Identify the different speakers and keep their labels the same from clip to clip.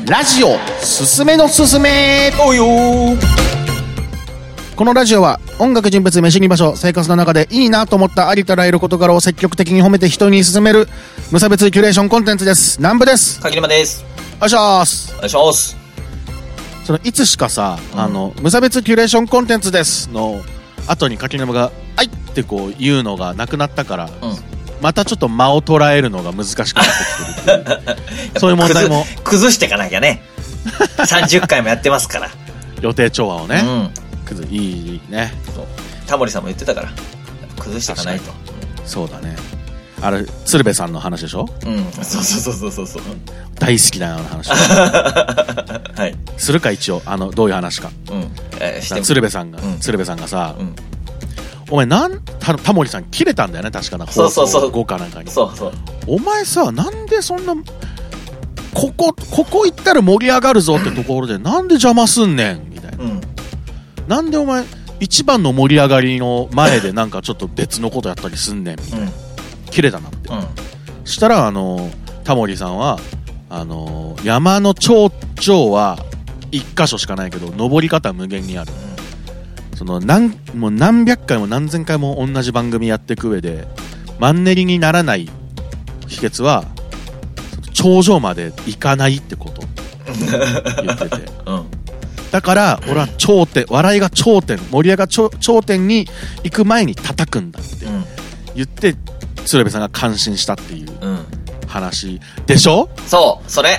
Speaker 1: ラジオすすめのすすめ。
Speaker 2: おうよー。
Speaker 1: このラジオは音楽、人物、飯に場所、生活の中でいいなと思ったありとあらゆる事柄を積極的に褒めて人に勧める無差別キュレーションコンテンツです。南部です。
Speaker 2: かぎりまです。
Speaker 1: お願いします。
Speaker 2: お願いします。
Speaker 1: そのいつしかさ、無差別キュレーションコンテンツですの後に柿沼がはいってこう言うのがなくなったから、またちょっと間を捉えるのが難しくなってきてるっていうそういう問題も
Speaker 2: 崩していかなきゃね。30回もやってますから
Speaker 1: 予定調和をね、いいね。
Speaker 2: タモリさんも言ってたから崩していかないと。
Speaker 1: そうだね。あれ鶴瓶さんの話でしょ。
Speaker 2: そう
Speaker 1: 大好きな話
Speaker 2: はい
Speaker 1: するか一応どういう話か。鶴瓶さんがさ、お前タモリさん切れたんだよね確かな。放送後かなんかに。お前さなんでそんなここ行ったら盛り上がるぞってところでなんで邪魔すんねんみたいな、なんでお前一番の盛り上がりの前でなんかちょっと別のことやったりすんねんみたいな、切れたなって、したらタモリさんは山の頂上は一箇所しかないけど登り方は無限にある、もう何百回も何千回も同じ番組やっていく上でマンネリにならない秘訣は頂上まで行かないってこと言ってて、だから俺は笑いが頂点、盛り上が頂点に行く前に叩くんだって言って、鶴瓶さんが感心したっていう話でしょ。
Speaker 2: そうそれ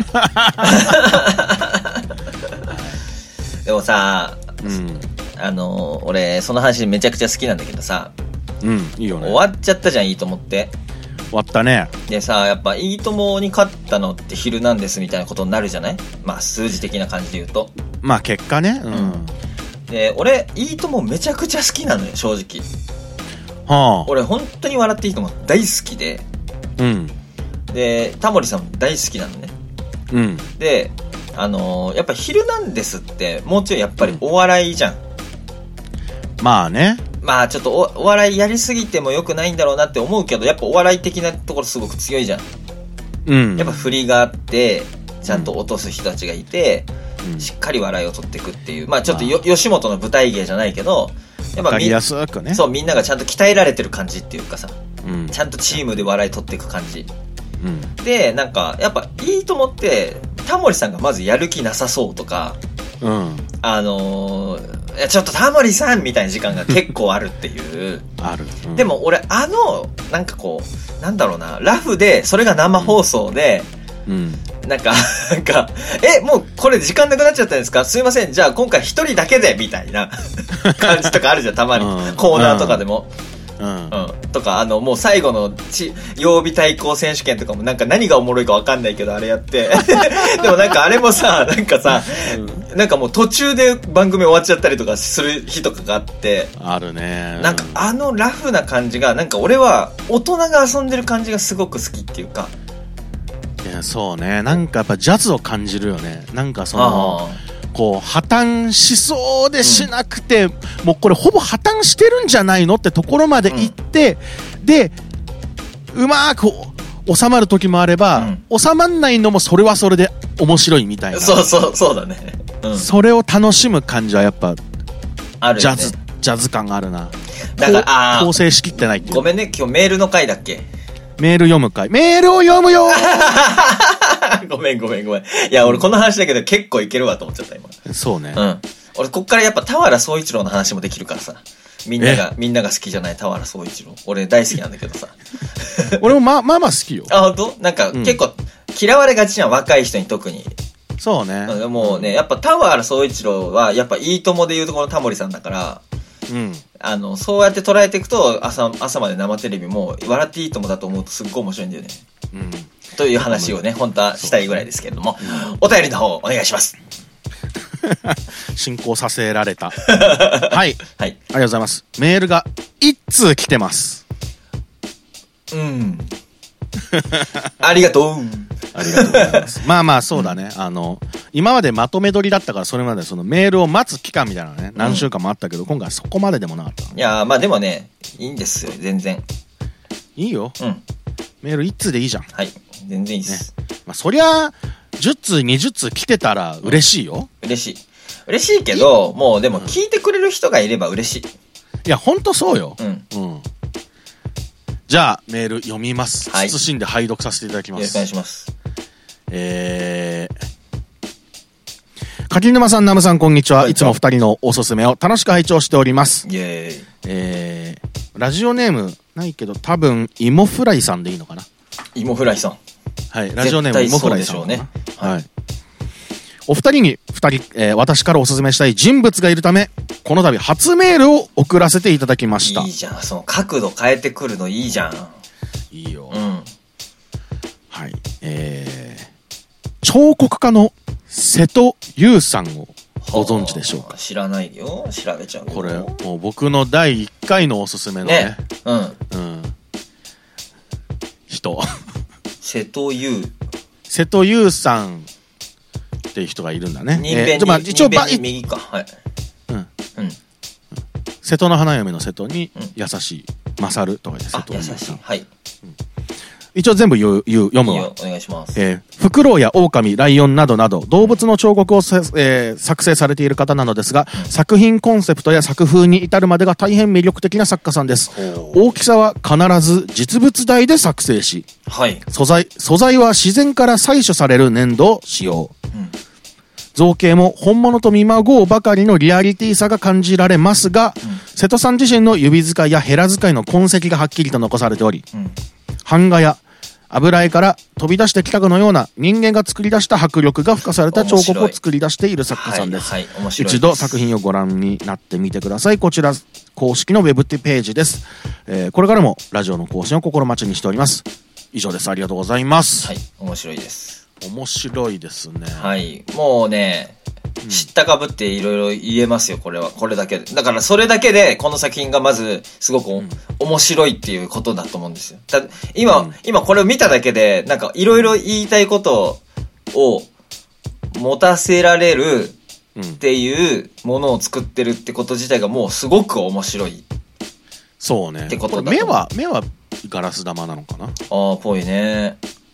Speaker 2: でもさ、俺その話めちゃくちゃ好きなんだけどさ、
Speaker 1: いいよね。
Speaker 2: 終わっちゃったじゃん、いいともって。
Speaker 1: 終わったね。で
Speaker 2: さ、やっぱいいともに勝ったのってヒルナンデスみたいなことになるじゃない。まあ数字的な感じで言うと、
Speaker 1: まあ結果ね。
Speaker 2: で俺いいともめちゃくちゃ好きなのよ正直。俺本当に笑っていいとも大好きで、でタモリさんも大好きなのね。でやっぱヒルナンデスってもうちょいやっぱりお笑いじゃん。まあね。まあちょっと お笑いやりすぎても良くないんだろうなって思うけど、やっぱお笑い的なところすごく強いじゃん。やっぱ振りがあってちゃんと落とす人たちがいて、しっかり笑いを取っていくっていう、まあちょっと吉本の舞台芸じゃないけど、やっぱみんながちゃんと鍛えられてる感じっていうかさ、ちゃんとチームで笑い取っていく感じ、でなんかやっぱいいと思ってタモリさんがまずやる気なさそうとか、いやちょっとタモリさんみたいな時間が結構あるっていうある、でも俺なんかこうなんだろうな、ラフでそれが生放送で、なんかもうこれ時間なくなっちゃったんですか、すいませんじゃあ今回一人だけでみたいな感じとかあるじゃんたまに、コーナーとかでも、とかもう最後の曜日対抗選手権とかもなんか何がおもろいか分かんないけどあれやってでもなんかあれもさなんかさ、なんかもう途中で番組終わっちゃったりとかする日とかがあってあるね。なんかラフな感じがなんか俺は大人が遊んでる感じがすごく好きっていうか。
Speaker 1: いやそうね、なんかやっぱジャズを感じるよね。なんかそのこう破綻しそうでしなくて、もうこれほぼ破綻してるんじゃないのってところまで行って、でうまく収まる時もあれば、収まんないのもそれはそれで面白いみたいな。そうだね、それを楽しむ感じはやっぱあるよね。ジャズ感があるな。だから構成しきってないっていう。ごめんね、今日メールの回だっけ。メール読む回。メールを読むよごめん。いや、俺この話だけど結構いけるわと思っちゃった今。そうね。俺こっからやっぱ田原総一郎の話もできるからさ。みんなが好きじゃない田原総一郎。俺大好きなんだけどさ。俺もまあ好きよ。あ、本当？なんか結構嫌われがちじゃん、若い人に特に。そうね。もうね、やっぱ田原総一郎はやっぱいいともで言うとこのタモリさんだから、そうやって捉えていくと朝まで生テレビも笑っていいともだと思うとすっごい面白いんだよね。という話をね本当はしたいぐらいですけれども、お便りの方お願いします。進行させられたはい、ありがとうございます。メールが1通来てます。ありがとうございますまあそうだね、今までまとめ撮りだったからそれまでそのメールを待つ期間みたいなね何週間もあったけど、今回はそこまででもなかった。いやまあでもねいいんですよ、全然いいよ。メール1通でいいじゃん。はい、全然いいです、ね。まあそりゃ 10通20通来てたら嬉しいよ。
Speaker 2: 嬉しいけど、もうでも聞いてくれる人がいれば嬉しい。
Speaker 1: いや、ほんとそうよ。
Speaker 2: うん。
Speaker 1: じゃあ、メール読みます。
Speaker 2: はい。
Speaker 1: 謹んで拝読させていただきます。
Speaker 2: よろしくお願いします。
Speaker 1: 柿沼さん、ナムさん、こんにちは。いつも二人のおすすめを楽しく拝聴しております。
Speaker 2: イェーイ。
Speaker 1: ラジオネームないけど、多分、芋フライさんでいいのかな。
Speaker 2: 芋フライさん。
Speaker 1: はい。ラジオネーム芋フライさん。
Speaker 2: そうでしょうね。
Speaker 1: はい。お二人に私からおすすめしたい人物がいるため、この度初メールを送らせていただきました。
Speaker 2: いいじゃん。その角度変えてくるのいいじゃん。
Speaker 1: いいよ。
Speaker 2: うん。
Speaker 1: はい。彫刻家の瀬戸優さんをご存知でしょうか？
Speaker 2: 知らないよ。調べちゃうよ。
Speaker 1: これ、もう僕の第1回のおすすめのね。人。
Speaker 2: 瀬戸優。
Speaker 1: 瀬戸優さんっていう人がいるんだね。
Speaker 2: 一応右か。はい。
Speaker 1: 瀬戸の花嫁の瀬戸に優しい。勝るとかで瀬戸優さん。
Speaker 2: 優しい。はい。
Speaker 1: 一応全部読むわ。
Speaker 2: いいよ、お願いします。
Speaker 1: フクロウや狼、ライオンなどなど動物の彫刻を作成されている方なのですが、作品コンセプトや作風に至るまでが大変魅力的な作家さんです。大きさは必ず実物大で作成し、
Speaker 2: はい、
Speaker 1: 素材は自然から採取される粘土を使用。造形も本物と見まごうばかりのリアリティさが感じられますが、瀬戸さん自身の指使いやヘラ使いの痕跡がはっきりと残されており、版画や油絵から飛び出してきたかのような人間が作り出した迫力が付加された彫刻を作り出している作家さんです。一度作品をご覧になってみてください。こちら公式のウェブページです。これからもラジオの更新を心待ちにしております。以上です。ありがとうございます。
Speaker 2: はい、面白いです。
Speaker 1: 面白いですね。
Speaker 2: はい、もうね、知ったかぶっていろいろ言えますよ、これだけで。だからそれだけで、この作品がまず、すごく面白いっていうことだと思うんですよ。今これを見ただけで、なんかいろいろ言いたいことを持たせられるっていうものを作ってるってこと自体がもうすごく面白い。
Speaker 1: そうね。
Speaker 2: ってことだと
Speaker 1: 目はガラス玉なのかな？
Speaker 2: ぽいね。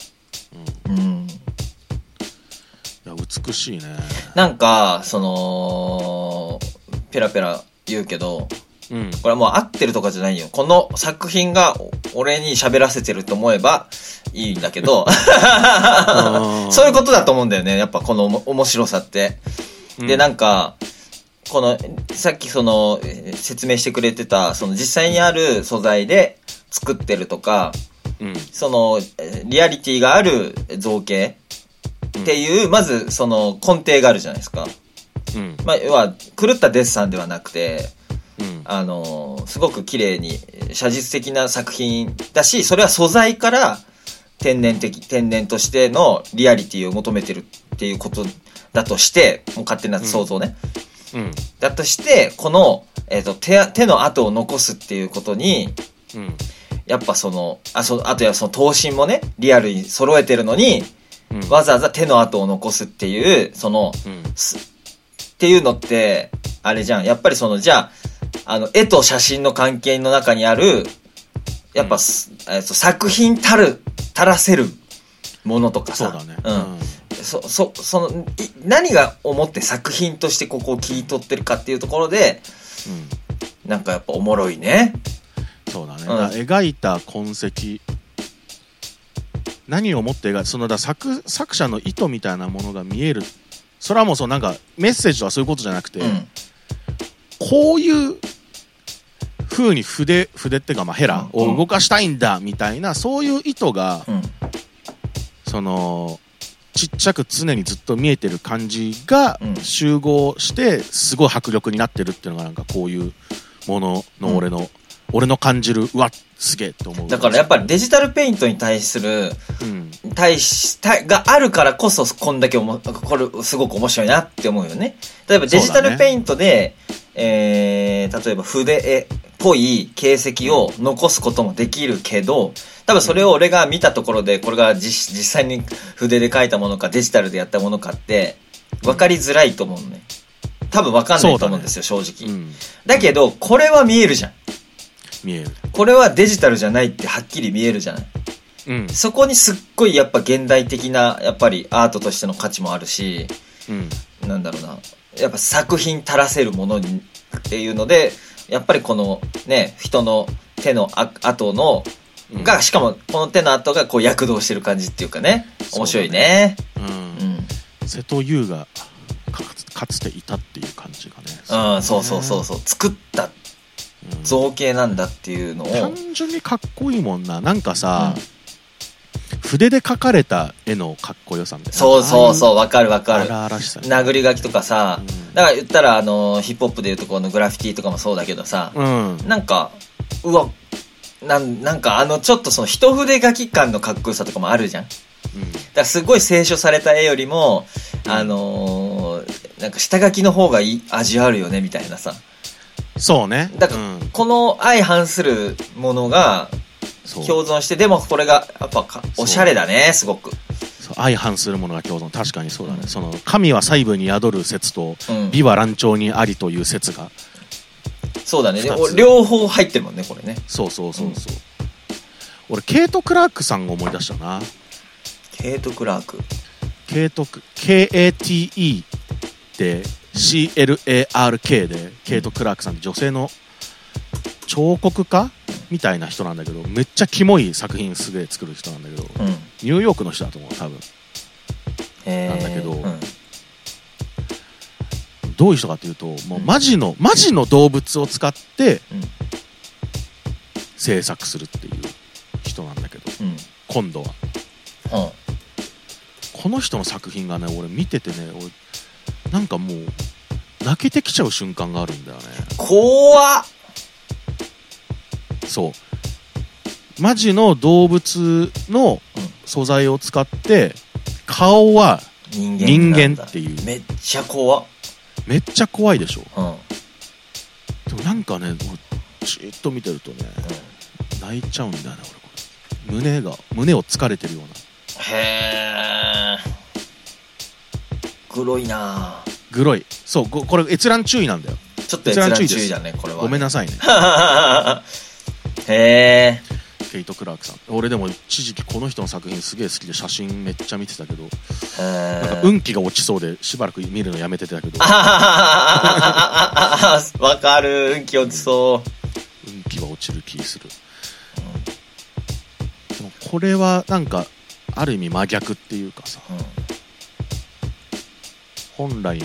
Speaker 1: いや、美しいね。
Speaker 2: なんか、ペラペラ言うけど、これはもう合ってるとかじゃないよ。この作品が俺に喋らせてると思えばいいんだけど、そういうことだと思うんだよね。やっぱこの面白さって。で、なんか、さっき説明してくれてた、実際にある素材で作ってるとか、リアリティがある造形っていう、まず根底があるじゃないですか。要は狂ったデッサンではなくて、すごく綺麗に写実的な作品だし、それは素材から天然としてのリアリティを求めてるっていうことだとして、もう勝手な想像ね。だとして、この、手の跡を残すっていうことに、やっぱあとは頭身もね、リアルに揃えてるのに、わざわざ手の跡を残すっていう、っていうのって、あれじゃん。やっぱりじゃあ、絵と写真の関係の中にある、やっぱ、作品たらせるものとかさ。
Speaker 1: そうだね。
Speaker 2: 何が思って作品としてここを切り取ってるかっていうところで、なんかやっぱおもろいね。
Speaker 1: そうだね。描いた痕跡、何をもって描いた、作者の意図みたいなものが見える。それはもうなんかメッセージとかそういうことじゃなくて、こういう風に筆っていうかヘラを動かしたいんだみたいな、そういう意図が、ちっちゃく常にずっと見えてる感じが集合してすごい迫力になってるっていうのがなんかこういうものの俺の感じる、うわすげえって思う。
Speaker 2: だからやっぱりデジタルペイントに対する、があるからこそこんだけこれすごく面白いなって思うよね。例えばデジタルペイントで、例えば筆絵っぽい形跡を残すこともできるけど、多分それを俺が見たところで、これが実際に筆で描いたものかデジタルでやったものかって分かりづらいと思うのね。多分分かんないと思うんですよ、正直。だけどこれは見えるじゃん。
Speaker 1: 見える。
Speaker 2: これはデジタルじゃないってはっきり見えるじゃない。
Speaker 1: うん、
Speaker 2: そこにすっごいやっぱ現代的なやっぱりアートとしての価値もあるし、
Speaker 1: うん、
Speaker 2: なんだろうな、やっぱ作品足らせるものにっていうので、やっぱりこのね、人の手の跡のが、しかもこの手の跡がこう躍動してる感じっていうかね、面白いね。
Speaker 1: 瀬戸優がかつていたっていう感じが
Speaker 2: ね。そうそうそうそう、作った造形なんだっていうのを、
Speaker 1: 単純にかっこいいもんな。なんかさ、筆で描かれた絵のかっこよさみたいな。
Speaker 2: そうそうそう、わかるわかる。
Speaker 1: 荒々しさ、
Speaker 2: 殴り書きとかさ、だから言ったらヒップホップでいうとこのグラフィティとかもそうだけどさ、なんかうわ、なんかちょっとその一筆書き感のかっこよさとかもあるじゃん。だからすごい清書された絵よりもなんか下書きの方が味あるよねみたいなさ。
Speaker 1: そうね。
Speaker 2: だから、この相反するものが共存して、でもこれがやっぱおしゃれだね、すごく。
Speaker 1: 相反するものが共存、確かにそうだね。その神は細部に宿る説と、美は乱調にありという説が、
Speaker 2: そうだね。両方入ってるもんね、これね。
Speaker 1: そう。俺ケイト・クラークさんを思い出したな。
Speaker 2: ケイト・クラーク。
Speaker 1: KATE で CLARK でケイト・クラークさんって女性の彫刻家みたいな人なんだけど、めっちゃキモい作品すげえ作る人なんだけど、ニューヨークの人だと思う、多分。なんだけど、どういう人かっていうと、もうマジの動物を使って制作するっていう人なんだけど、今度は、この人の作品がね、俺見ててね、なんかもう泣けてきちゃう瞬間があるんだよね。
Speaker 2: 怖っ。
Speaker 1: そう、マジの動物の素材を使って顔は人間っていう。
Speaker 2: めっちゃ怖っ。
Speaker 1: めっちゃ怖いでしょ。でもなんかね、じーっと見てるとね、泣いちゃうんだよね、俺。これ胸を突かれてるような。
Speaker 2: へー、グロいな。
Speaker 1: グロい。そう、これ閲覧注意なんだよ。
Speaker 2: ちょっと閲覧注意だね、これは。
Speaker 1: ごめんなさいね。
Speaker 2: へー。
Speaker 1: ケイト・クラークさん。俺でも一時期この人の作品すげえ好きで写真めっちゃ見てたけど、なんか運気が落ちそうでしばらく見るのやめてたけど。わ
Speaker 2: かる、運気落ちそう。
Speaker 1: 運気は落ちる気する。でもこれはなんかある意味真逆っていうかさ、本来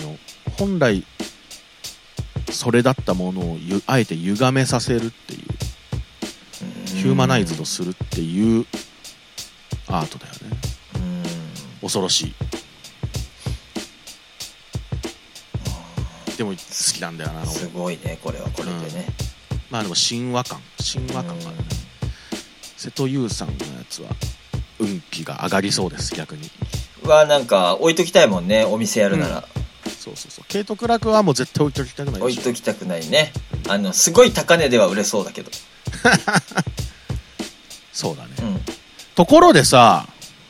Speaker 1: それだったものをあえて歪めさせるっていう、ヒューマナイズドするっていうアートだよね。恐ろしい。でも好きなんだよな。
Speaker 2: すごいね、これはこれでね。
Speaker 1: まあでも神話感があるね。瀬戸優さんのやつは運気が上がりそうです、逆に。
Speaker 2: なんか置いときたいもんね、お店やるなら。
Speaker 1: そう。ケイト・クラークはもう絶対置いときたくないでしょ。
Speaker 2: 置いときたくないね。すごい高値では売れそうだけど。
Speaker 1: そうだね。ところでさ、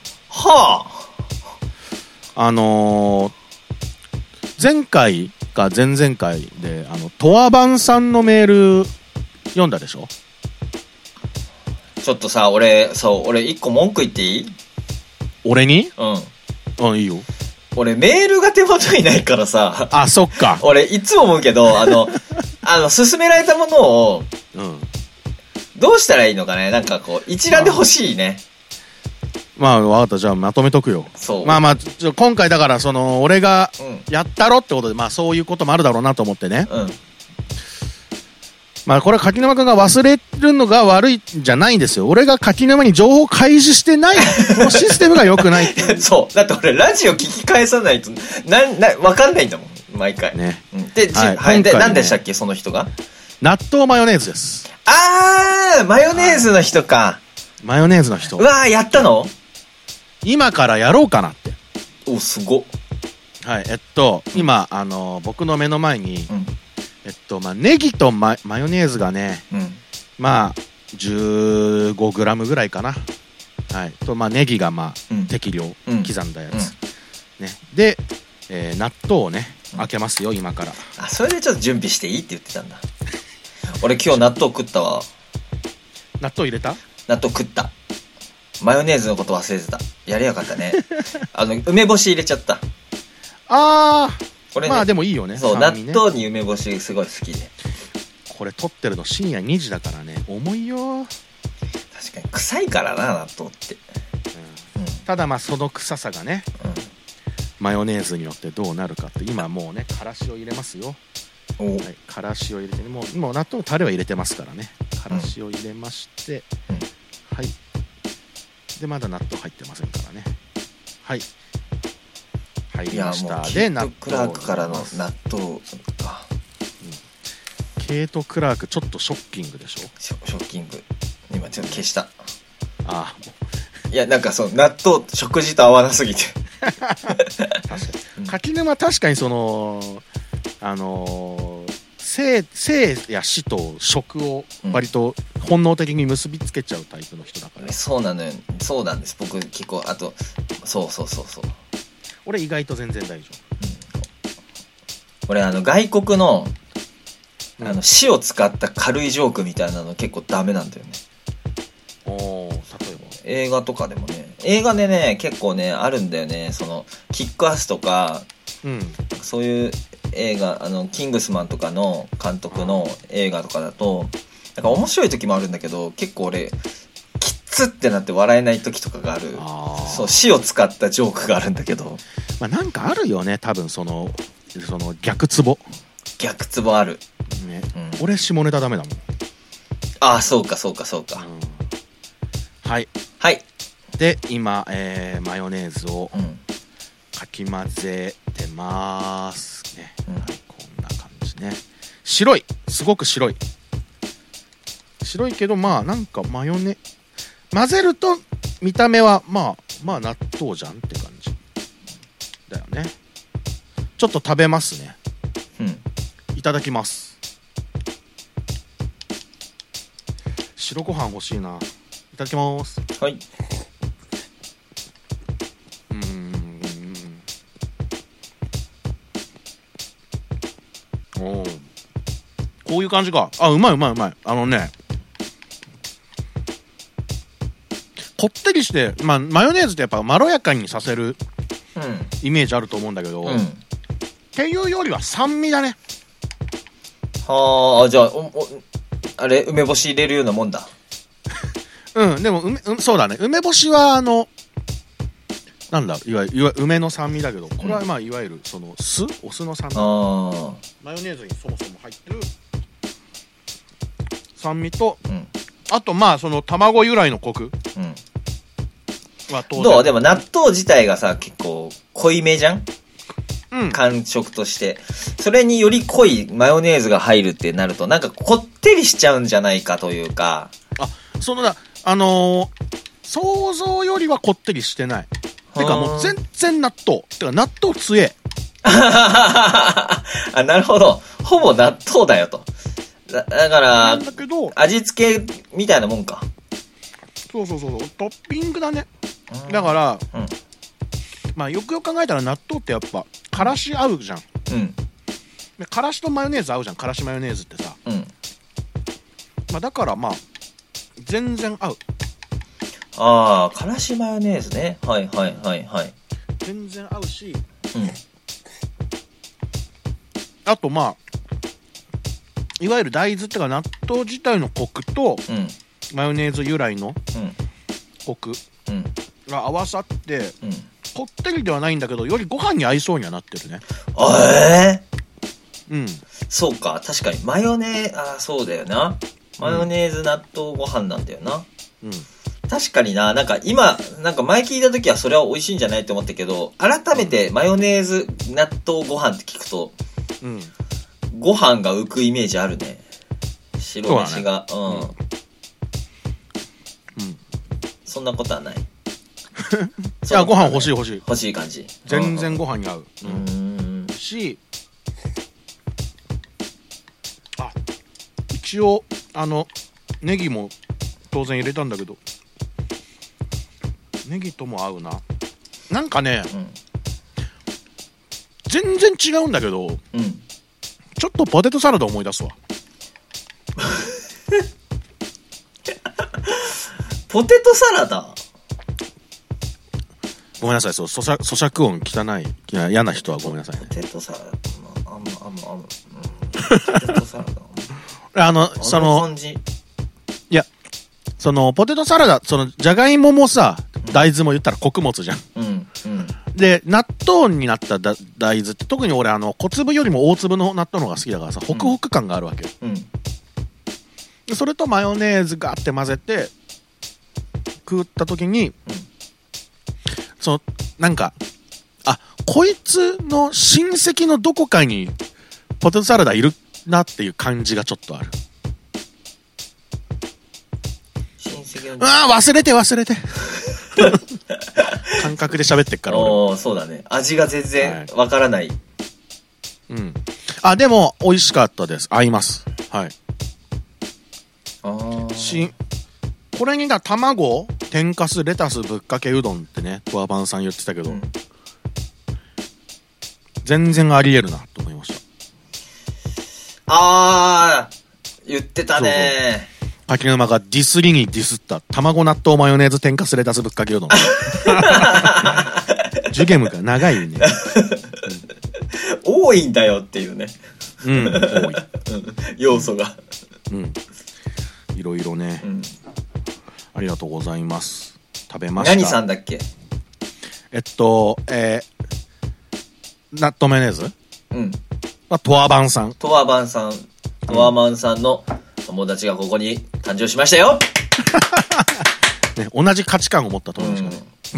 Speaker 1: 前回か前々回でトワバンさんのメール読んだでしょ。
Speaker 2: ちょっとさ、俺一個文句言っていい？
Speaker 1: 俺に？いいよ。
Speaker 2: 俺メールが手元にないからさ。
Speaker 1: あ、そっか。
Speaker 2: 俺いつも思うけど、勧められたものを、どうしたらいいのかね。なんかこう一覧で欲しいね。
Speaker 1: まあ分かった。じゃあまとめとくよ。
Speaker 2: そう。
Speaker 1: まあ今回だから俺がやったろってことで、まあそういうこともあるだろうなと思ってね。まあこれは柿沼くんが忘れるのが悪いんじゃないんですよ。俺が柿沼に情報を開示してないこのシステムが良くないっていう。
Speaker 2: そう。だって俺ラジオ聞き返さないと分かんないんだもん、毎回ね。で、で何でしたっけ、その人が。
Speaker 1: 納豆マヨネーズです。
Speaker 2: マヨネーズの人か。
Speaker 1: マヨネーズの人。
Speaker 2: やったの？
Speaker 1: 今からやろうかなって。
Speaker 2: お、すごっ。
Speaker 1: はい、今僕の目の前に、ネギとマヨネーズがね、まあ 15g ぐらいかな。はい。とネギが適量刻んだやつ、ね。で、納豆をね開けますよ、今から。
Speaker 2: それでちょっと準備していいって言ってたんだ。俺今日納豆食ったわ。
Speaker 1: 納豆入れた？
Speaker 2: 納豆食った。 マヨネーズのこと忘れてた。やりやかったね。梅干し入れちゃった。
Speaker 1: あー。
Speaker 2: これね、
Speaker 1: まあでもいいよね。
Speaker 2: そう、納豆に梅干しすごい好きで。
Speaker 1: これ撮ってるの深夜2時だからね、重いよ。
Speaker 2: 確かに臭いからな、納豆って。
Speaker 1: ただまあその臭さがね、マヨネーズによってどうなるかって。今もうね、からしを入れますよ。はい、からしを入れて、もう納豆のタレは入れてますからね。からしを入れまして、はい。でまだ納豆入ってませんからね。はい。入りました。で、
Speaker 2: 納豆。ケイト・クラークからの納豆か。
Speaker 1: ケイト・クラークちょっとショッキングでしょ。
Speaker 2: ショッキング。今ちょっと消した。
Speaker 1: ああ。
Speaker 2: いや、なんか納豆食事と合わなすぎて。
Speaker 1: 確かに。柿沼確かに生や死と食を割と本能的に結びつけちゃうタイプの人だから、
Speaker 2: そうなのよ。そうなんです。僕結構、あと、そう。
Speaker 1: 俺意外と全然大丈
Speaker 2: 夫。俺外国の、死を使った軽いジョークみたいなの結構ダメなんだよね。
Speaker 1: 例えば
Speaker 2: 映画とかでもね、映画でね、結構ね、あるんだよね。キックアスとか、そういう映画、キングスマンとかの監督の映画とかだと、なんか面白い時もあるんだけど、結構俺、きっつってなって笑えない時とかがある。そう、死を使ったジョークがあるんだけど。
Speaker 1: まあなんかあるよね、多分逆ツボ。
Speaker 2: 逆ツボある。
Speaker 1: ね、俺下ネタダメだもん。
Speaker 2: ああ、そうか。
Speaker 1: はい。
Speaker 2: はい。
Speaker 1: で、今、マヨネーズをかき混ぜてますね。はい、こんな感じね。白い。すごく白い。白いけど、まあ、なんか混ぜると見た目は、まあ、納豆じゃんって感じ。だよね。ちょっと食べますね。いただきます。白ご飯欲しいな。いただきます。
Speaker 2: はい。
Speaker 1: こういう感じか。うまい。こってりして、マヨネーズってやっぱまろやかにさせるイメージあると思うんだけど、っていうよりは酸味だね。
Speaker 2: はあ、じゃあ、あれ、梅干し入れるようなもんだ。
Speaker 1: でもそうだね。梅干しはなんだ、いわゆる梅の酸味だけど、これはまあいわゆるお酢の酸味。マヨネーズにそもそも入ってる酸味と、あとまあ卵由来のコクは当然。
Speaker 2: どう？でも納豆自体がさ、結構濃いめじゃん？感触として。それにより濃いマヨネーズが入るってなると、なんかこってりしちゃうんじゃないかというか。
Speaker 1: 想像よりはこってりしてない。てかもう全然納豆。てか納豆強え。
Speaker 2: あ、なるほど。ほぼ納豆だよと。だから、味付けみたいなもんか。
Speaker 1: そう。トッピングだね。だから、まあよくよく考えたら納豆ってやっぱ、からし合うじゃん。でからしとマヨネーズ合うじゃん。からしマヨネーズってさ。まあだからまあ、全然合う。
Speaker 2: ああ、からしマヨネーズね。はい。
Speaker 1: 全然合うし、あとまあ、いわゆる大豆ってか納豆自体のコクと、マヨネーズ由来のコクが合わさって、こってりではないんだけど、よりご飯に合いそうにはなってるね。
Speaker 2: そうか、確かにマヨネー、そうだよな。マヨネーズ納豆ご飯なんだよな。確かにな、なんか今、なんか前聞いた時はそれは美味しいんじゃないって思ったけど、改めてマヨネーズ納豆ご飯って聞くと、ご飯が浮くイメージあるね。白飯が。そんなことはない。い
Speaker 1: や、ご飯欲しい。
Speaker 2: 欲しい感じ。
Speaker 1: 全然ご飯に合う。し、一応、ネギも当然入れたんだけど、ネギとも合うな。なんかね、全然違うんだけど、ちょっとポテトサラダ思い出すわ。
Speaker 2: ポテトサラダ？
Speaker 1: ごめんなさい、そう、咀嚼音汚い、嫌な人はごめんなさいね。
Speaker 2: ポテトサラダ、ポテトサラダ。
Speaker 1: その、いや、その、ポテトサラダ、その、じゃがいももさ、大豆も言ったら穀物じゃん。で、納豆になった大豆って、特に俺、小粒よりも大粒の納豆の方が好きだからさ、ホクホク感があるわけ。それとマヨネーズガーって混ぜて、食った時に、その、なんか、あ、こいつの親戚のどこかに、ポテトサラダいるなっていう感じがちょっとある。忘れて感覚で喋ってっから
Speaker 2: 俺。そうだね。味が全然わからない、はい、
Speaker 1: うん。あ、でも美味しかったです。合います。はい。これに卵、天かす、レタス、ぶっかけうどんってね、クワバンさん言ってたけど、全然あり得るなと思いました。
Speaker 2: 言ってたね。
Speaker 1: 柿沼がディスりにディスった卵納豆マヨネーズ天かすレタスぶっかけうどん。ジュゲムが長いね。
Speaker 2: 多いんだよっていうね。
Speaker 1: 多い。
Speaker 2: 要素が。
Speaker 1: いろいろね。ありがとうございます。食べました。
Speaker 2: 何さんだっけ？
Speaker 1: 納豆マヨネーズ？トワバンさん。
Speaker 2: トワマンさんの友達がここに誕生しましたよ。
Speaker 1: ね、同じ価値観を持った友達がね。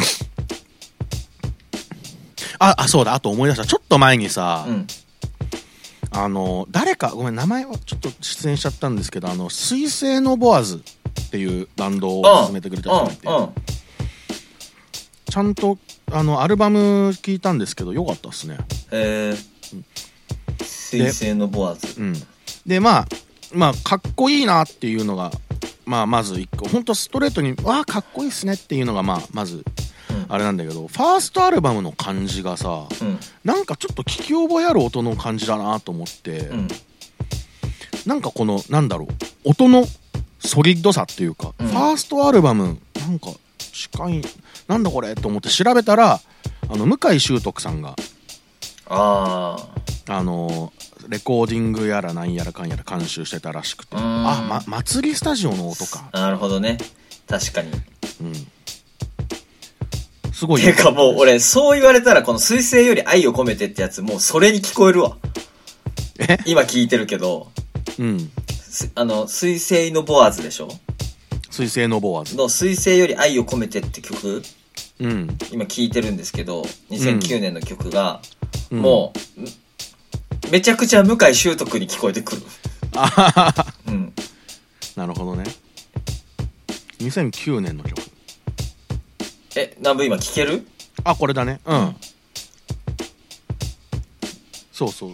Speaker 1: そうだ、あと思い出した。ちょっと前にさ、誰か、ごめん、名前はちょっと出演しちゃったんですけど、水星のボアズっていうバンドを勧めてくれた人がいて、ちゃんと、アルバム聴いたんですけど、よかったっすね。
Speaker 2: 水星のボアズ。
Speaker 1: で、まあ、かっこいいなっていうのが、まず一個、ほんとストレートに、かっこいいっすねっていうのが、まず、あれなんだけど、ファーストアルバムの感じがさ、なんかちょっと聞き覚えある音の感じだなと思って、なんかこの、なんだろう、音のソリッドさっていうか、ファーストアルバム、なんか近い、なんだこれと思って調べたら、向井秀徳さんが、レコーディングやらなんやらかんやら監修してたらしくて、祭りスタジオの音か。
Speaker 2: なるほどね。確かに。
Speaker 1: すごい。
Speaker 2: てかもう俺、そう言われたらこの水星より愛を込めてってやつ、もうそれに聞こえるわ。今聞いてるけど、水星のボアズでしょ？
Speaker 1: 水星のボアズ。
Speaker 2: の水星より愛を込めてって曲、今聞いてるんですけど、2009年の曲が、もう、めちゃくちゃ向井秀徳に聞こえてくる。
Speaker 1: なるほどね。2009年の曲。
Speaker 2: 南部今聞ける？
Speaker 1: これだね。そうそう。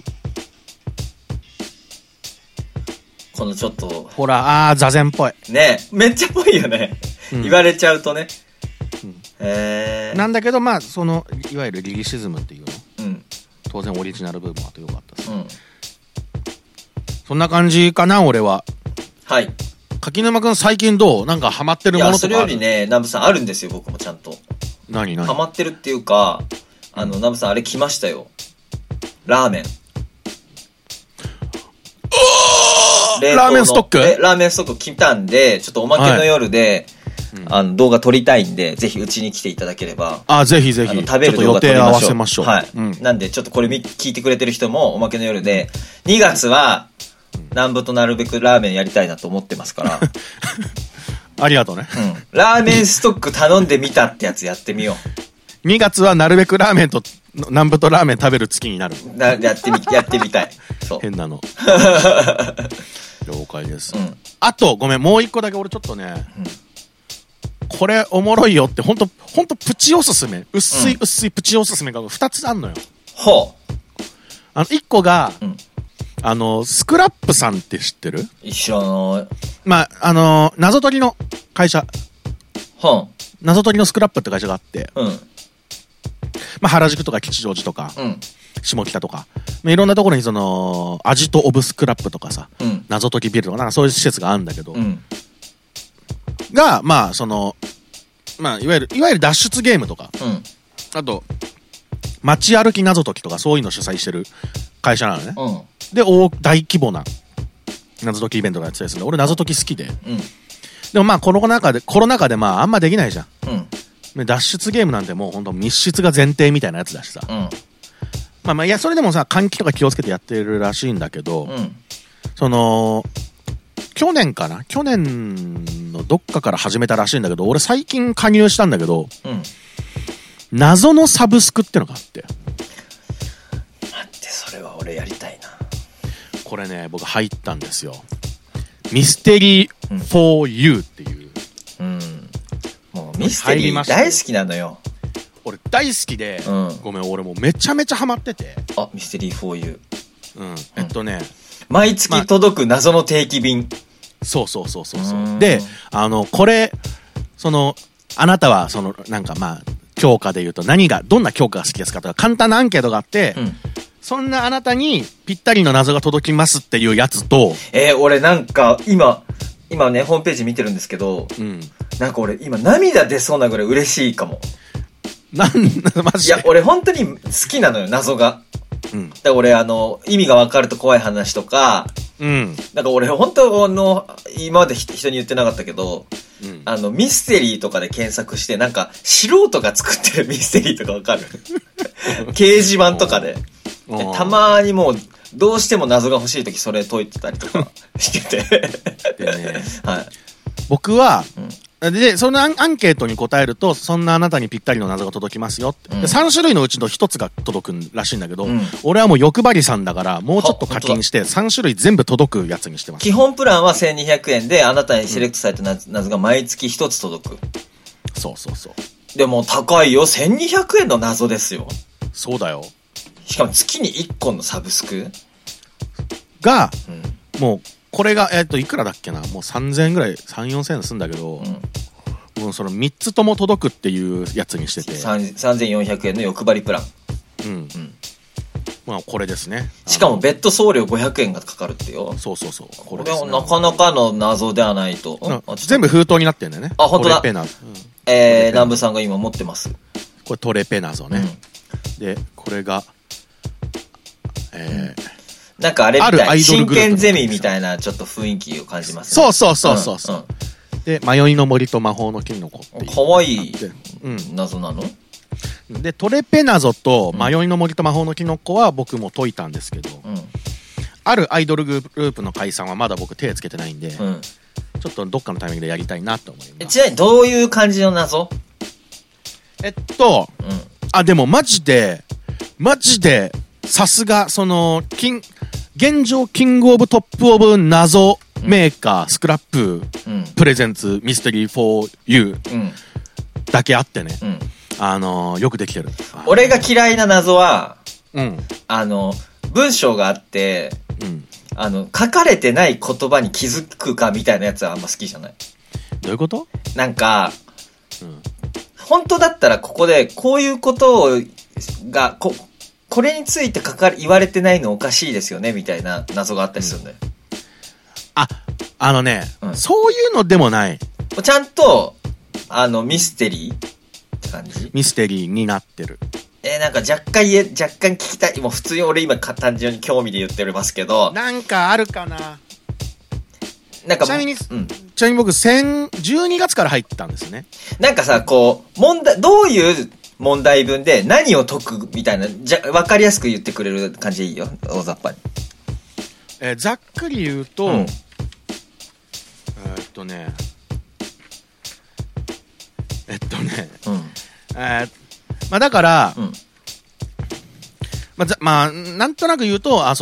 Speaker 2: このちょっと。
Speaker 1: ほら、座禅っぽい。
Speaker 2: ねめっちゃっぽいよね。言われちゃうとね。
Speaker 1: なんだけど、その、いわゆるリリシズムっていうの。当然オリジナル部分はとよかったです。そんな感じかな、俺は。
Speaker 2: はい。
Speaker 1: 柿沼くん最近どう？なんかハマってるものとかある？
Speaker 2: それよりね、南部さんあるんですよ、僕もちゃんと。
Speaker 1: 何
Speaker 2: ハマってるっていうか、南部さんあれ来ましたよ。ラーメン。
Speaker 1: ラーメンストック？
Speaker 2: ラーメンストック来たんで、ちょっとおまけの夜で、動画撮りたいんで、ぜひうちに来ていただければ。
Speaker 1: ぜひぜひ。
Speaker 2: 食べる動画撮りましょう。予定合わせましょう。
Speaker 1: はい。
Speaker 2: なんで、ちょっとこれ聞いてくれてる人も、おまけの夜で、2月は、南部となるべくラーメンやりたいなと思ってますから。
Speaker 1: ありがとうね。
Speaker 2: ラーメンストック頼んでみたってやつやってみよ
Speaker 1: う。2月はなるべくラーメンと、南部とラーメン食べる月になる。
Speaker 2: やってみたい。そう。
Speaker 1: 変なの。了解です。あと、ごめん、もう一個だけ俺ちょっとね、これおもろいよって、ほんとプチおすすめ。薄いプチおすすめが2つあんのよ。1個が、スクラップさんって知ってる？
Speaker 2: 知らない。
Speaker 1: 謎解きの会社。謎解きのスクラップって会社があって、原宿とか吉祥寺とか、下北とか、いろんなところにアジトオブスクラップとかさ、謎解きビルとか、なんかそういう施設があるんだけど、が、いわゆる脱出ゲームとか、 あと、街歩き謎解きとかそういうの主催してる会社なのね。で、大規模な謎解きイベントがやってたりするんで、俺謎解き好きで。でもまあコロナ禍でまああんまできないじゃん。脱出ゲームなんてもうほんと密室が前提みたいなやつだしさ。まあいや、それでもさ、換気とか気をつけてやってるらしいんだけど、その、去年のどっかから始めたらしいんだけど、俺最近加入したんだけど、謎のサブスクってのがあって。
Speaker 2: 待って、それは俺やりたいな。こ
Speaker 1: れね、僕入ったんですよ。ミステリー for you っていう。
Speaker 2: もうミステリー大好きなのよ。
Speaker 1: 俺大好きで、ごめん、俺もうめちゃめちゃハマってて。
Speaker 2: あ、ミステリー for you。毎月届く謎の定期便。
Speaker 1: そう。で、これ、あなたは、なんかまあ、教科で言うとどんな教科が好きですかとか簡単なアンケートがあって、そんなあなたにぴったりの謎が届きますっていうやつと、
Speaker 2: 俺なんか今ね、ホームページ見てるんですけど、なんか俺今涙出そうなぐらい嬉しいかも。
Speaker 1: マジで？
Speaker 2: いや、俺本当に好きなのよ、謎が。だから俺意味が分かると怖い話とか、なんか俺本当今まで人に言ってなかったけど、ミステリーとかで検索して、なんか素人が作ってるミステリーとか分かる掲示板とかで。たまにもう、どうしても謎が欲しいときそれ解いてたりとかしててでね、はい。
Speaker 1: 僕は、で、そのアンケートに答えると、そんなあなたにぴったりの謎が届きますよって。で、3種類のうちの1つが届くらしいんだけど、俺はもう欲張りさんだから、もうちょっと課金して、3種類全部届くやつにしてます。
Speaker 2: 基本プランは1200円で、あなたにセレクトされた謎が毎月1つ届く。
Speaker 1: そう。
Speaker 2: でも高いよ、1200円の謎ですよ。
Speaker 1: そうだよ。
Speaker 2: しかも月に1個のサブスク
Speaker 1: が、もう、これが、いくらだっけな、もう3000円ぐらい、3、4000円するんだけど、もうその3つとも届くっていうやつにしてて。
Speaker 2: 3400円の欲張りプラン。
Speaker 1: まあ、これですね。
Speaker 2: しかも別途送料500円がかかるってよ。
Speaker 1: そう。
Speaker 2: これはなかなかの謎ではないと。
Speaker 1: 全部封筒になってんだよね。
Speaker 2: あ、本当だ。南部さんが今持ってます。
Speaker 1: これトレペ謎ね。で、これが、
Speaker 2: なんかあれみたい、真剣ゼミみたいなちょっと雰囲気を感じます
Speaker 1: ね。そう。で、迷いの森と魔法のキノコっていう。
Speaker 2: かわいい謎なの？
Speaker 1: で、トレペ謎と迷いの森と魔法のキノコは僕も解いたんですけど、あるアイドルグループの解散はまだ僕手つけてないんで、ちょっとどっかのタイミングでやりたいなと思います。
Speaker 2: ちなみにどういう感じの謎？
Speaker 1: でもマジで、さすが、現状キングオブトップオブ謎メーカー、スクラップ、プレゼンツ、ミステリー for you だけあってね、よくできてる。
Speaker 2: 俺が嫌いな謎は、文章があって、書かれてない言葉に気づくかみたいなやつはあんま好きじゃない。
Speaker 1: どういうこと？
Speaker 2: なんか、本当だったらここでこういうことが、これについて言われてないのおかしいですよねみたいな謎があったりするんだよ。
Speaker 1: そういうのでもない。
Speaker 2: ちゃんと、ミステリーって感じ？
Speaker 1: ミステリーになってる。
Speaker 2: なんか若干聞きたい。もう普通に俺今単純に興味で言っておりますけど。
Speaker 1: なんかあるかな？
Speaker 2: なんか
Speaker 1: ちなみに僕12月から入ったんですね。
Speaker 2: なんかさ、こう、どういう問題文で何を解くみたいな、わかりやすく言ってくれる感じでいいよ、大雑把に。
Speaker 1: ざっくり言うと、だから、なんとなく言うと、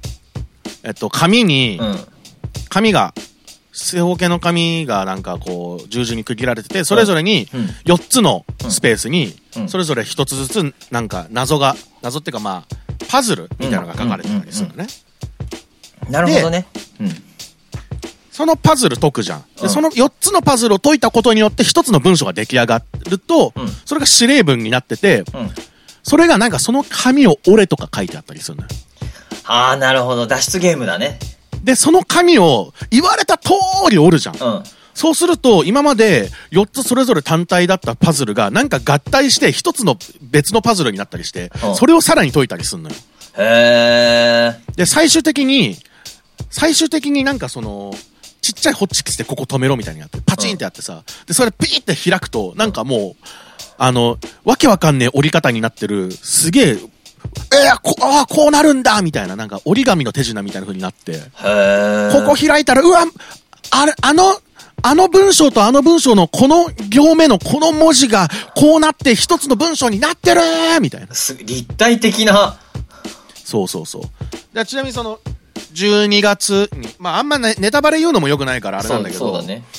Speaker 1: 紙が、正方形の紙がなんかこう、十字に区切られてて、それぞれに4つのスペースに、それぞれ1つずつ、なんか謎っていうかパズルみたいなのが書かれてたりするのね。
Speaker 2: なるほどね。
Speaker 1: そのパズル解くじゃん。で、その4つのパズルを解いたことによって1つの文章が出来上がると、それが指令文になってて、それがなんかその紙を折れとか書いてあったりするのよ。
Speaker 2: なるほど。脱出ゲームだね。
Speaker 1: で、その紙を言われた通り折るじゃん。 そうすると、今まで4つそれぞれ単体だったパズルが、なんか合体して1つの別のパズルになったりして、それをさらに解いたりすんのよ。で、最終的になんかその、ちっちゃいホッチキスでここ止めろみたいにやって、パチンってやってさ、で、それピーって開くと、なんかもう、わけわかんねえ折り方になってる、すげえ、こうなるんだみたいな、なんか折り紙の手品みたいな風になって、ここ開いたら、あの文章とあの文章のこの行目のこの文字がこうなって一つの文章になってるみたいな。
Speaker 2: 立体的な。
Speaker 1: そう。で、ちなみにその、12月に、まああんまね、ネタバレ言うのも良くないからあれなんだけど、
Speaker 2: そうだね。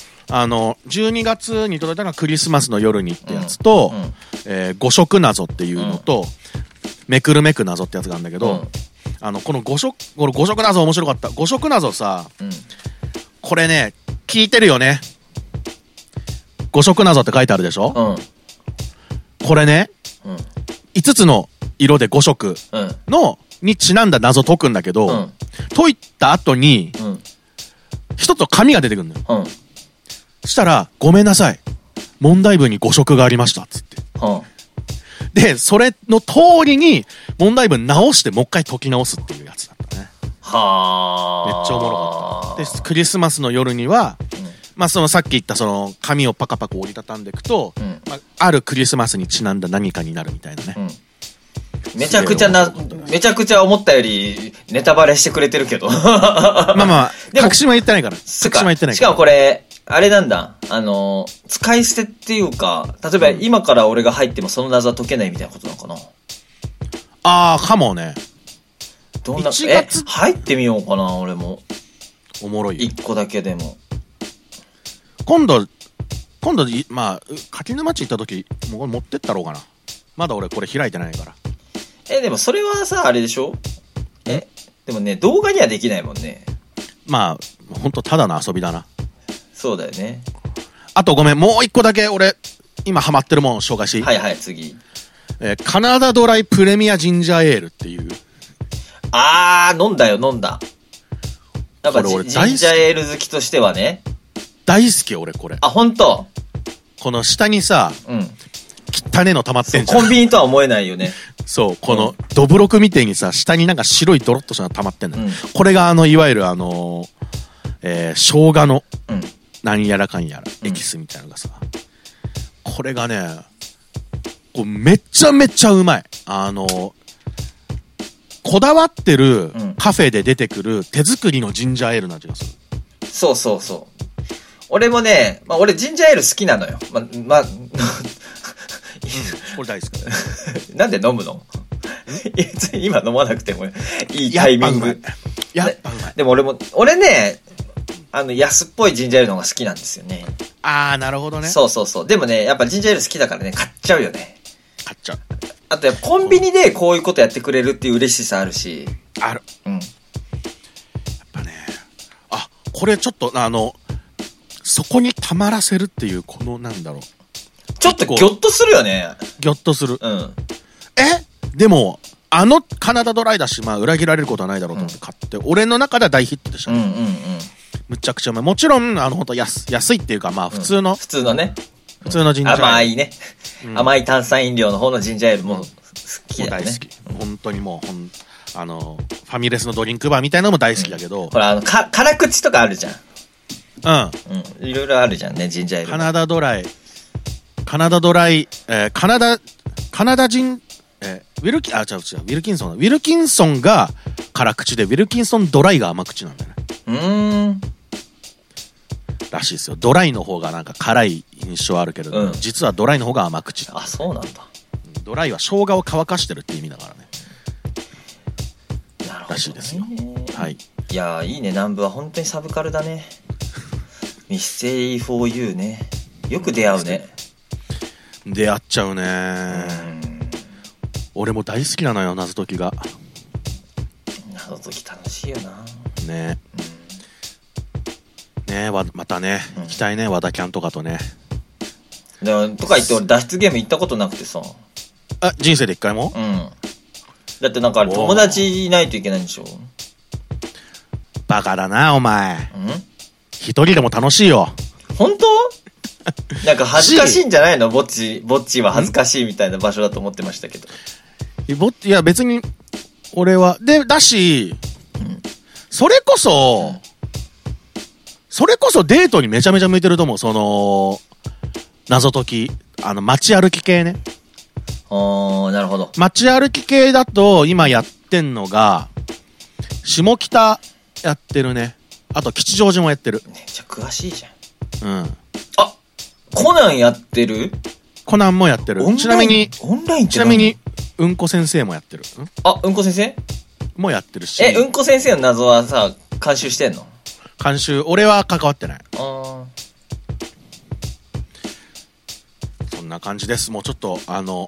Speaker 1: 12月に届いたのがクリスマスの夜にってやつと、五色謎っていうのと、めくるめく謎ってやつがあるんだけど、この五色謎面白かった。五色謎さ、これね、聞いてるよね。五色謎って書いてあるでしょ、これね、5つの色で5色にちなんだ謎解くんだけど、解いた後に、一つ紙が出てくるのよ。そしたら、ごめんなさい。問題文に5色がありました。つって。で、それの通りに問題文直してもう一回解き直すっていうやつだったね。めっちゃおもろかった。で、クリスマスの夜には、まあそのさっき言ったその紙をパカパカ折りたたんでいくと、まあ、あるクリスマスにちなんだ何かになるみたいなね。
Speaker 2: めちゃくちゃ思ったよりネタバレしてくれてるけど。ま
Speaker 1: あまあ、確信は言ってないから。
Speaker 2: しかもこれ、あれなんだ。使い捨てっていうか、例えば今から俺が入ってもその謎は解けないみたいなことなのかな。
Speaker 1: かもね。
Speaker 2: どんな、入ってみようかな、俺も。
Speaker 1: おもろいよ。
Speaker 2: 1個だけでも。
Speaker 1: 今度、まあ、柿沼町行った時、もう持ってったろうかな。まだ俺これ開いてないから。
Speaker 2: でもそれはさ、あれでしょ？でもね、動画にはできないもんね。
Speaker 1: まあ、ほんとただの遊びだな。
Speaker 2: そうだよね。
Speaker 1: あとごめん、もう一個だけ俺、今ハマってるもん紹介していい？
Speaker 2: はい、次。
Speaker 1: カナダドライプレミアジンジャーエールっていう。
Speaker 2: 飲んだ。やっぱジンジャーエール好きとしてはね。
Speaker 1: 大好き俺これ。
Speaker 2: ほんと？
Speaker 1: この下にさ、汚ねの溜まってんじゃん。
Speaker 2: コンビニとは思えないよね。
Speaker 1: そう、このドブロクみてえにさ、下になんか白いドロッとしたの溜まってんのよ。これがいわゆる生姜の、何やらかんやら、エキスみたいなのがさ、これがね、めちゃめちゃうまい。こだわってるカフェで出てくる手作りのジンジャーエールな味がする。
Speaker 2: そう。俺もね、まあ俺ジンジャーエール好きなのよ。
Speaker 1: これ大好き。
Speaker 2: なんで飲むの？今飲まなくてもいいタイミング。
Speaker 1: やっぱうまい。
Speaker 2: でも俺ね、安っぽいジンジャーエールの方が好きなんですよね。
Speaker 1: なるほどね。
Speaker 2: そう。でもね、やっぱジンジャーエール好きだからね、買っちゃうよね。
Speaker 1: 買っちゃう。
Speaker 2: あとやっぱコンビニでこういうことやってくれるっていう嬉しさあるし。
Speaker 1: ある。やっぱね、これちょっとそこにたまらせるっていう、このなんだろう。
Speaker 2: ちょっとギョッとするよね。
Speaker 1: ギョッとする。でも、カナダドライだし、まあ、裏切られることはないだろうと思って買って、俺の中では大ヒットでしたね。むちゃくちゃうまい。もちろん、ほんと安いっていうか、まあ、普通のね。普通のジンジャーエール。
Speaker 2: 甘いね。甘い炭酸飲料の方のジンジャーエールも好きだよね。大好き。
Speaker 1: 本当にもう、ファミレスのドリンクバーみたいなのも大好きだけど。
Speaker 2: ほら、辛口とかあるじゃん。いろいろあるじゃんね、ジンジャーエール。
Speaker 1: カナダドライ、カナダ人、ウィルキンソン。ウィルキンソンが辛口で、ウィルキンソンドライが甘口なんだよね。らしいですよ。ドライの方がなんか辛い印象あるけれど、実はドライの方が甘口だ。
Speaker 2: そうなんだ。
Speaker 1: ドライは生姜を乾かしてるって意味だからね。
Speaker 2: なるほどね。
Speaker 1: らしいですよ。はい。
Speaker 2: いやー、いいね。南部は本当にサブカルだね。ミステリー for you ね。よく出会うね。
Speaker 1: 出会っちゃうね。俺も大好きなのよ、謎解きが。
Speaker 2: 謎解き楽しいよな。
Speaker 1: ねまたね、行きたいね、和田キャンとかとね。
Speaker 2: とか言って俺脱出ゲーム行ったことなくてさ。
Speaker 1: 人生で一回も？
Speaker 2: だってなんかあれ友達いないといけないんでしょ？
Speaker 1: バカだな、お前。一人でも楽しいよ。
Speaker 2: 本当？なんか恥ずかしいんじゃないの？ぼっちは恥ずかしいみたいな場所だと思ってましたけど。
Speaker 1: いや別に、俺は、だし、それこそデートにめちゃめちゃ向いてると思う。その、謎解き、街歩き系ね。
Speaker 2: なるほど。
Speaker 1: 街歩き系だと、今やってんのが、下北やってるね。あと、吉祥寺もやってる。
Speaker 2: めっちゃ詳しいじ
Speaker 1: ゃん。うん。
Speaker 2: あ、コナンやってる？
Speaker 1: コナンもやってる。ちなみに、うんこ先生もやってる。
Speaker 2: あ、うんこ先生
Speaker 1: もやってるし。
Speaker 2: うんこ先生の謎はさ、監修してんの？
Speaker 1: 監修、俺は関わってない。
Speaker 2: そ
Speaker 1: んな感じです。もうちょっと、
Speaker 2: はい。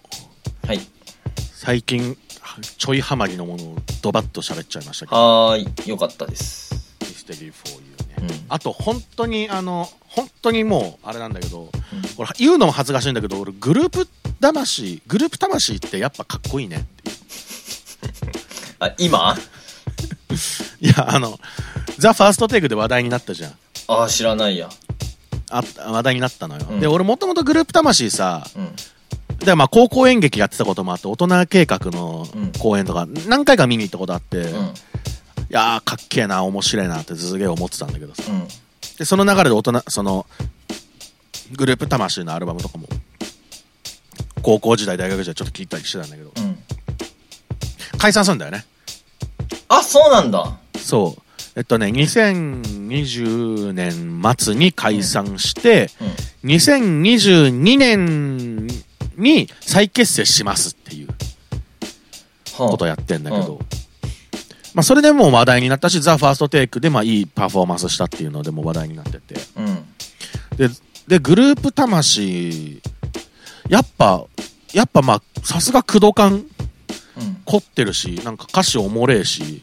Speaker 1: 最近、ちょいハマりのものをドバッと喋っちゃいましたけど。
Speaker 2: はーい、よかったです。
Speaker 1: ミステリー4 U ね。あと、本当にもう、あれなんだけど、これ言うのも恥ずかしいんだけど、俺、グループ魂ってやっぱかっこいいねっていう。
Speaker 2: あ、今
Speaker 1: いや、ザ・ファーストテイクで話題になったじゃん。
Speaker 2: あ、知らないや。
Speaker 1: 話題になったのよ。で、俺もともとグループ魂さ、で、まあ、高校演劇やってたこともあって、大人計画の公演とか、何回か見に行ったことあって、いやー、かっけえな、面白いなってすげえ思ってたんだけどさ。で、その流れでグループ魂のアルバムとかも、高校時代、大学時代ちょっと聞いたりしてたんだけど、解散するんだよね。
Speaker 2: あ、そうなんだ。
Speaker 1: そう。2020年末に解散して、2022年に再結成しますっていうことをやってんだけど、まあそれでもう話題になったし、ザ・ファーストテイクでまあいいパフォーマンスしたっていうのでも話題になってて、で、グループ魂、やっぱまあ、さすが工藤感、凝ってるし、なんか歌詞おもれえし、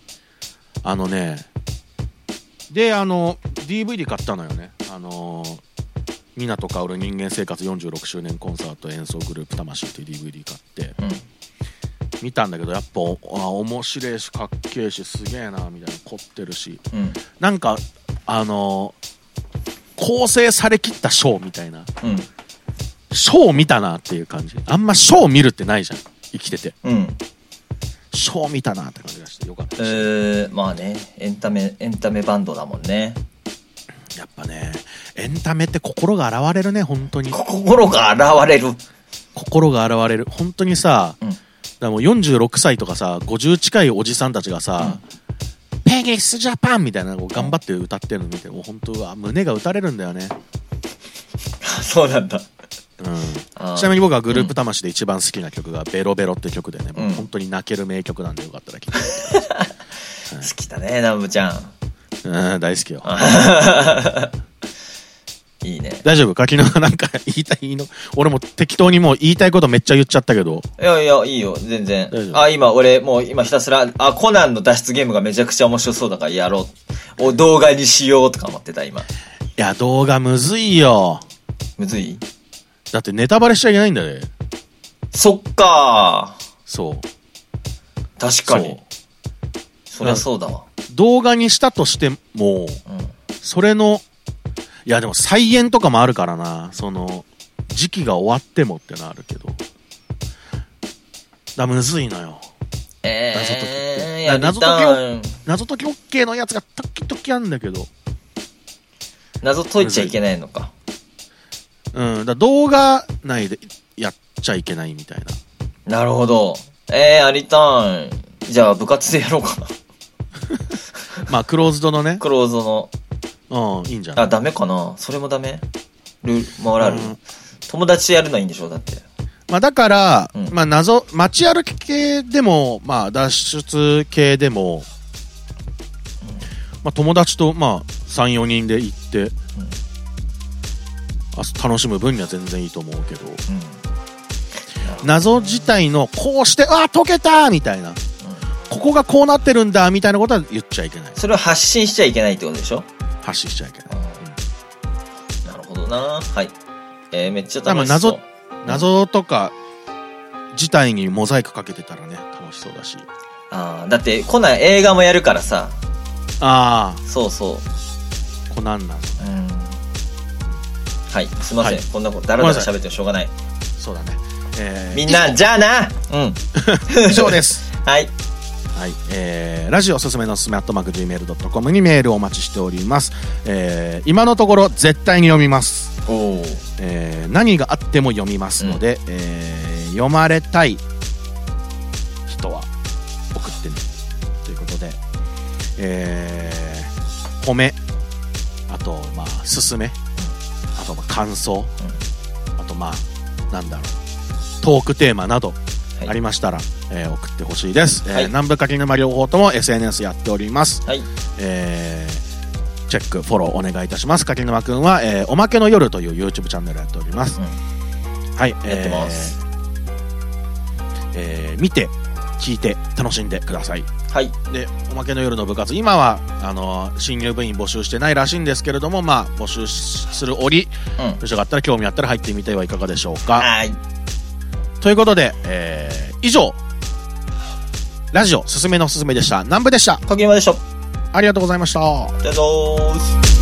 Speaker 1: で、DVD 買ったのよね。湊かおる人間生活46周年コンサート演奏グループ魂っていう DVD 買って、見たんだけど、やっぱ、面白いし、かっけえし、すげえな、みたいな、凝ってるし、なんか、構成されきったショーみたいな、ショー見たなっていう感じ。あんまショー見るってないじゃん、生きてて。ショー見たなって感じがしてよかったし。
Speaker 2: まあね、エンタメバンドだもんね。
Speaker 1: やっぱね、エンタメって心が現れるね、本当に。
Speaker 2: 心が現れる。
Speaker 1: 本当にさ、だもう46歳とかさ、50近いおじさんたちがさ、ペギスジャパンみたいなのを頑張って歌ってるの見て、もう本当は胸が打たれるんだよね。
Speaker 2: そうなんだ。
Speaker 1: ちなみに僕はグループ魂で一番好きな曲がベロベロって曲でね、もう本当に泣ける名曲なんでよかったら聴いてください。
Speaker 2: 好きだね、ナムちゃん。
Speaker 1: 大好きよ。
Speaker 2: いいね。
Speaker 1: 大丈夫？柿野がなんか言いたいの？俺も適当にもう言いたいことめっちゃ言っちゃったけど。
Speaker 2: いや、いいよ、全然。俺、もう今ひたすら、コナンの脱出ゲームがめちゃくちゃ面白そうだからやろう。動画にしようとか思ってた、今。い
Speaker 1: や、動画むずいよ。
Speaker 2: むずい？
Speaker 1: だってネタバレしちゃいけないんだね。
Speaker 2: そっかー。
Speaker 1: そう。
Speaker 2: 確かに。そりゃそうだわ。
Speaker 1: 動画にしたとしても、それの、いやでも再演とかもあるからな、その、時期が終わってもってのあるけど。むずいのよ。謎解きって。謎解き OK のやつが時々あるんだけど。
Speaker 2: 謎解いちゃいけないのか。
Speaker 1: 動画内でやっちゃいけないみたい
Speaker 2: な。なるほど。やりたい。じゃあ部活でやろうかな。
Speaker 1: まあクローズドのね。
Speaker 2: クローズド
Speaker 1: の。いいんじゃない？
Speaker 2: ダメかな？それもダメ？ルール、モラル。友達とやるのはいいんでしょ？だって。
Speaker 1: まあだから、まあ街歩き系でも、まあ脱出系でも、まあ友達と、まあ3、4人で行って、楽しむ分には全然いいと思うけど、謎自体のこうして解けたみたいな、ここがこうなってるんだみたいなことは言っちゃいけない。
Speaker 2: それを発信しちゃいけないってことでしょ？
Speaker 1: 発信しちゃいけない。
Speaker 2: なるほどな。はい。めっちゃ楽しそう。
Speaker 1: 謎とか自体にモザイクかけてたらね、楽しそうだし。
Speaker 2: だってコナン映画もやるからさ。そうそう。
Speaker 1: コナンなんだ。
Speaker 2: はい、すいません、はい、こんなことだらだら喋ってもしょうがない。
Speaker 1: そうだね。
Speaker 2: みんなじゃあな。
Speaker 1: 以上です。
Speaker 2: はい
Speaker 1: はい、ラジオおすすめのすすめ@gmail.com にメールをお待ちしております。今のところ絶対に読みます。何があっても読みますので、読まれたい人は送ってねということで、褒め、あとまあすすめ、あとまあ感想、あとまあなんだろう、トークテーマなどありましたら、送ってほしいです。南部柿沼両方とも SNS やっております。はい、チェックフォローお願いいたします。柿沼くんは、おまけの夜という YouTube チャンネルやっております。はい、
Speaker 2: やってます。
Speaker 1: 見て聞いて楽しんでください。
Speaker 2: はい。
Speaker 1: で、おまけの夜の部活、今は新入部員募集してないらしいんですけれども、まあ募集する折、よろしかったら興味あったら入ってみてはいかがでしょうか。
Speaker 2: はい。
Speaker 1: ということで、以上ラジオすすめのすすめでした。南部でした。
Speaker 2: 柿沼でした。
Speaker 1: ありがとうございました。
Speaker 2: ありがとうございます。